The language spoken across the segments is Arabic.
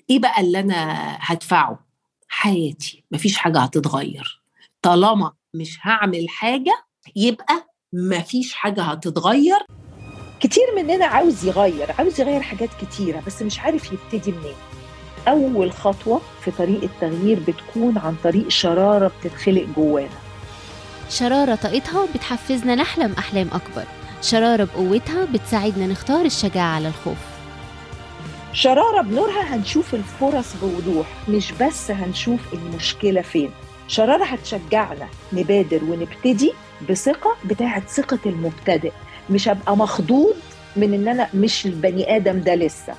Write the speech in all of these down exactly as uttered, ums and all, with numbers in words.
ايه بقى اللي انا هدفعه؟ حياتي، مفيش حاجة هتتغير. طالما مش هعمل حاجة يبقى مفيش حاجة هتتغير. كتير مننا عاوز يغير عاوز يغير حاجات كتيرة، بس مش عارف يبتدي منين. أول خطوة في طريق التغيير بتكون عن طريق شرارة بتتخلق جوانا. شرارة طاقتها بتحفزنا نحلم أحلام أكبر، شرارة بقوتها بتساعدنا نختار الشجاعة على الخوف. شرارة بنورها هنشوف الفرص بوضوح، مش بس هنشوف المشكلة فين. شرارة هتشجعنا نبادر ونبتدي بثقة، بتاعت ثقة المبتدئ، مش هبقى مخضوض من ان انا مش البني ادم ده لسه.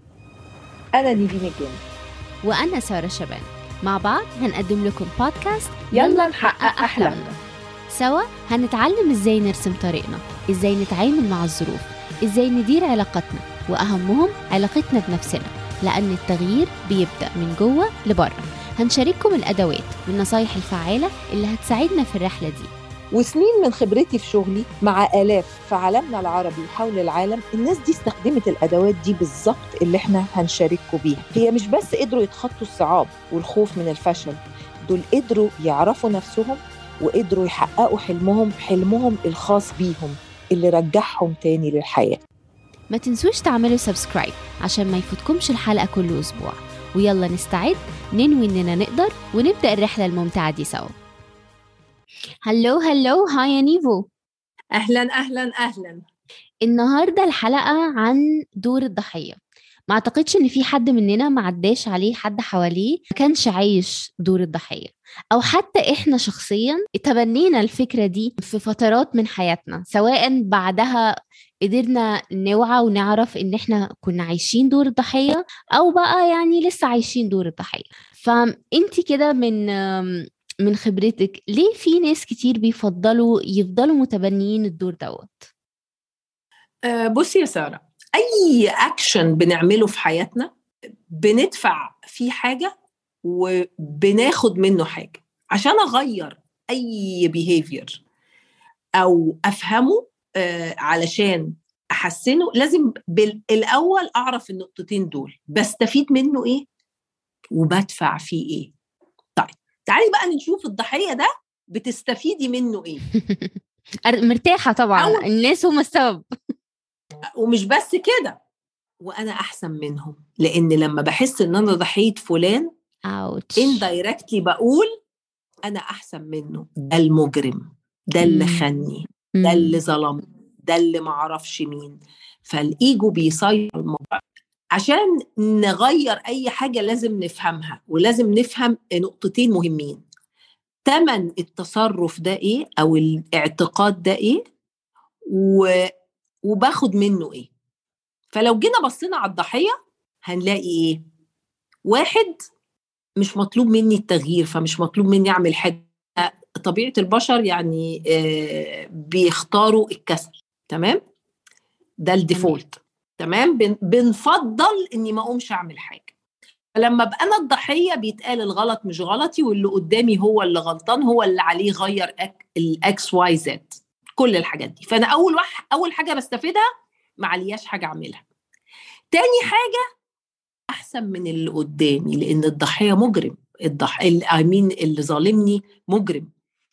انا نيفين الجن وأنا سارة شبان، مع بعض هنقدم لكم بودكاست يلا نحقق احلامنا. سوا هنتعلم ازاي نرسم طريقنا، ازاي نتعامل مع الظروف، ازاي ندير علاقتنا، وأهمهم علاقتنا بنفسنا، لأن التغيير بيبدأ من جوه لبره. هنشارككم الأدوات والنصايح الفعالة اللي هتساعدنا في الرحلة دي. وسنين من خبرتي في شغلي مع آلاف في عالمنا العربي وحول العالم، الناس دي استخدمت الأدوات دي بالظبط اللي احنا هنشارككم بيها. هي مش بس قدروا يتخطوا الصعاب والخوف من الفشل، دول قدروا يعرفوا نفسهم وقدروا يحققوا حلمهم حلمهم الخاص بيهم اللي رجعهم تاني للحياة. ما تنسوش تعملوا سبسكرايب عشان ما يفوتكمش الحلقة كل أسبوع، ويلا نستعد ننوي إننا نقدر ونبدأ الرحلة الممتعة دي سوا. هلو هلو، هاي يا نيفو. أهلا أهلا أهلا. النهاردة الحلقة عن دور الضحية. ما أعتقدش إن في حد مننا ما عداش عليه حد حواليه ما كانش عايش دور الضحية، أو حتى إحنا شخصيا تبنينا الفكرة دي في فترات من حياتنا، سواء بعدها قدرنا نوعى ونعرف إن إحنا كنا عايشين دور الضحية، أو بقى يعني لسه عايشين دور الضحية. فأنتي كده من من خبرتك، ليه في ناس كتير بيفضلوا يفضلوا متبنيين الدور دوت؟ أه بصي يا سارة، أي أكشن بنعمله في حياتنا بندفع فيه حاجة وبناخد منه حاجة. عشان أغير أي behavior أو أفهمه أه علشان أحسنه، لازم بالأول أعرف النقطتين دول بستفيد منه إيه وبدفع فيه إيه. طيب تعالي بقى نشوف الضحية ده بتستفيدي منه إيه. مرتاحة طبعا، أول الناس هم السبب. ومش بس كده، وأنا أحسن منهم، لأن لما بحس إن أنا ضحية فلان indirectly بقول أنا أحسن منه، ده المجرم، ده اللي خني، ده اللي ظلم، ده اللي معرفش مين. فالإيجو بيسيطر الموضوع. عشان نغير أي حاجة لازم نفهمها، ولازم نفهم نقطتين مهمين: تمن التصرف ده إيه أو الاعتقاد ده إيه، و... وباخد منه إيه. فلو جينا بصينا على الضحية هنلاقي إيه؟ واحد، مش مطلوب مني التغيير، فمش مطلوب مني أعمل حاجة. طبيعة البشر يعني آه بيختاروا الكسل، تمام؟ ده الديفولت، تمام؟ بن... بنفضل إني ما أقومش أعمل حاجة. فلما بقى أنا الضحية بيتقال الغلط مش غلطي، واللي قدامي هو اللي غلطان، هو اللي عليه غير أك... الأكس واي زد، كل الحاجات دي. فأنا أول واحد أول حاجة بستفيدها ما علياش حاجة أعملها. تاني حاجة، أحسن من اللي قدامي، لأن الضحية مجرم، الضح الأمين اللي ظالمني مجرم،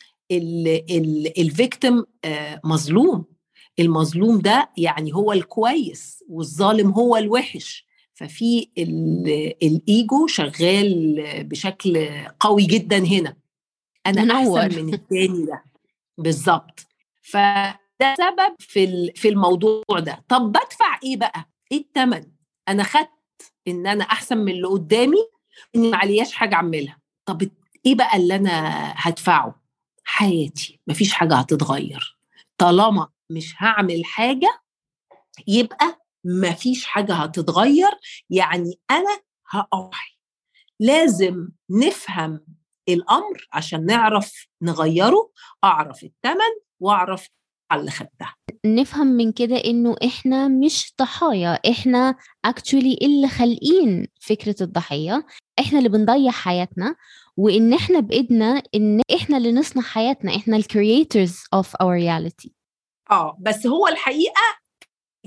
الفيكتم مظلوم، المظلوم ده يعني هو الكويس والظالم هو الوحش. ففي الإيجو شغال بشكل قوي جدا هنا، أنا منور. أحسن من التاني ده بالظبط. فده سبب في في الموضوع ده. طب بدفع إيه بقى؟ إيه التمن؟ أنا خدت ان انا احسن من اللي قدامي، اني معلياش حاجه اعملها. طب ايه بقى اللي انا هدفعه؟ حياتي، مفيش حاجه هتتغير. طالما مش هعمل حاجه يبقى مفيش حاجه هتتغير، يعني انا هأضحي. لازم نفهم الامر عشان نعرف نغيره، اعرف الثمن واعرف اللي خدتها. نفهم من كده إنه إحنا مش ضحايا، إحنا actually اللي خالقين فكرة الضحية، إحنا اللي بنضيع حياتنا، وإن إحنا بإيدنا إن إحنا اللي نصنع حياتنا، إحنا ال creators of our reality. آه بس هو الحقيقة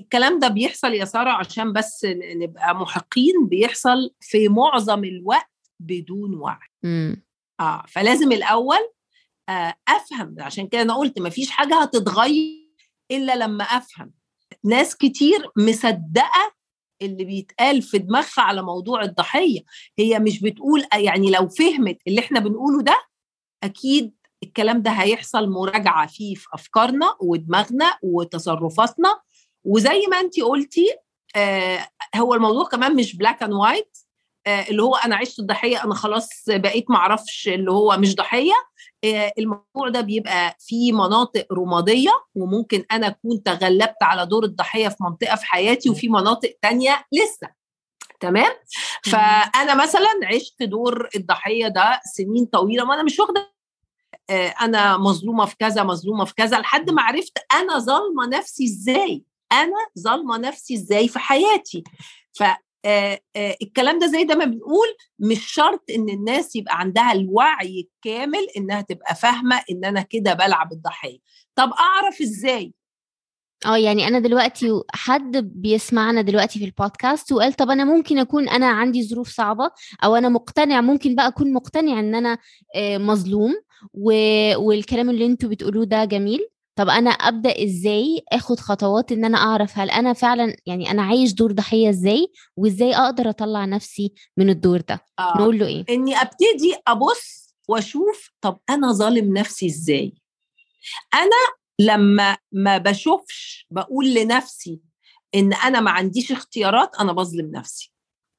الكلام ده بيحصل يا سارة عشان بس نبقى محقين، بيحصل في معظم الوقت بدون وعي. مم. آه فلازم الأول آه أفهم. عشان كده أنا قلت مفيش حاجة هتتغير إلا لما أفهم. ناس كتير مصدقة اللي بيتقال في دماغها على موضوع الضحية، هي مش بتقول يعني لو فهمت اللي احنا بنقوله ده أكيد الكلام ده هيحصل مراجعة فيه في أفكارنا ودماغنا وتصرفاتنا. وزي ما انتي قلتي آه هو الموضوع كمان مش بلاك اند وايت، آه اللي هو أنا عشت الضحية أنا خلاص بقيت معرفش اللي هو مش ضحية. آه الموضوع ده بيبقى فيه مناطق رمادية، وممكن أنا أكون تغلبت على دور الضحية في منطقة في حياتي، وفي مناطق تانية لسه. تمام. فأنا مثلا عشت دور الضحية ده سنين طويلة وأنا مش واخدة آه أنا مظلومة في كذا مظلومة في كذا، لحد ما عرفت أنا ظالمة نفسي إزاي، أنا ظالمة نفسي إزاي في حياتي. ف آه آه الكلام ده زي ده ما بنقول مش شرط ان الناس يبقى عندها الوعي الكامل انها تبقى فاهمة ان انا كده بلعب الضحية. طب اعرف ازاي؟ اه يعني انا دلوقتي حد بيسمعنا دلوقتي في البودكاست وقال طب انا ممكن اكون انا عندي ظروف صعبة، او انا مقتنع، ممكن بقى اكون مقتنع ان انا آه مظلوم، والكلام اللي انتوا بتقولوه ده جميل. طب أنا أبدأ إزاي أخد خطوات إن أنا أعرف هل أنا فعلا يعني أنا عايش دور ضحية إزاي، وإزاي أقدر أطلع نفسي من الدور ده؟ آه. نقول له إيه؟ إني أبتدي أبص وأشوف طب أنا ظالم نفسي إزاي. أنا لما ما بشوفش بقول لنفسي إن أنا ما عنديش اختيارات، أنا بظلم نفسي.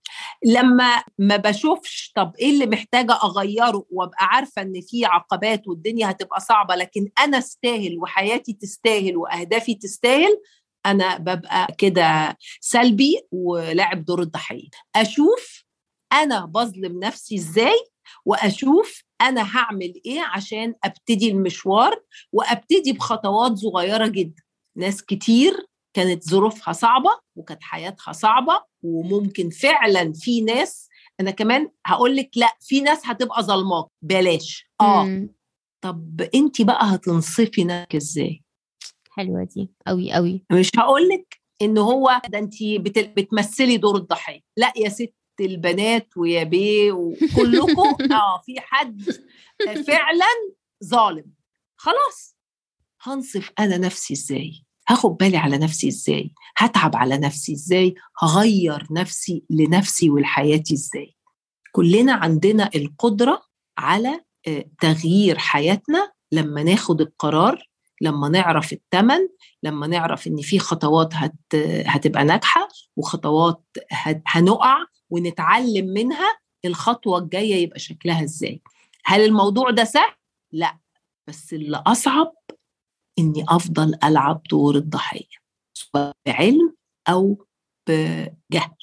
لما ما بشوفش طب ايه اللي محتاجة اغيره وابقى عارفة ان في عقبات والدنيا هتبقى صعبة، لكن انا استاهل وحياتي تستاهل واهدافي تستاهل، انا ببقى كده سلبي ولعب دور الضحية. اشوف انا بظلم نفسي ازاي، واشوف انا هعمل ايه عشان ابتدي المشوار، وابتدي بخطوات صغيرة جدا. ناس كتير كانت ظروفها صعبة وكانت حياتها صعبة، وممكن فعلا في ناس، أنا كمان هقولك لا، في ناس هتبقى ظلمات بلاش. آه مم. طب أنت بقى هتنصفي نفسك إزاي؟ حلوة دي قوي قوي. مش هقولك إن هو ده أنت بتمثلي دور الضحية، لا يا ست البنات ويا بيه وكلكم آه في حد فعلا ظالم. خلاص هنصف أنا نفسي إزاي؟ هاخد بالي على نفسي إزاي؟ هتعب على نفسي إزاي؟ هغير نفسي لنفسي والحياتي إزاي؟ كلنا عندنا القدرة على تغيير حياتنا لما ناخد القرار، لما نعرف الثمن، لما نعرف إن في خطوات هت هتبقى ناجحة وخطوات هنقع ونتعلم منها الخطوة الجاية يبقى شكلها إزاي. هل الموضوع ده سهل؟ لا، بس اللي أصعب إني أفضل ألعب دور الضحية سواء بعلم أو بجهل.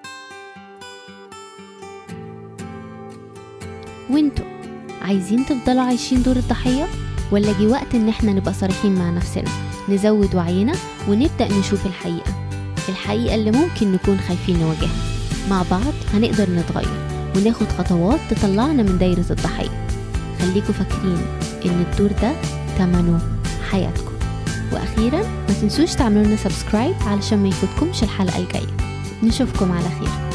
وانتوا عايزين تفضلوا عايشين دور الضحية، ولا جي وقت إن احنا نبقى صريحين مع نفسنا، نزود وعينا ونبدأ نشوف الحقيقة الحقيقة اللي ممكن نكون خايفين نواجهها؟ مع بعض هنقدر نتغير وناخد خطوات تطلعنا من دايرة الضحية. خليكوا فاكرين إن الدور ده تمنه حياتكم. وأخيراً ما تنسوش تعملوا لنا سبسكرايب علشان ما يفوتكمش الحلقة الجاية. نشوفكم على خير.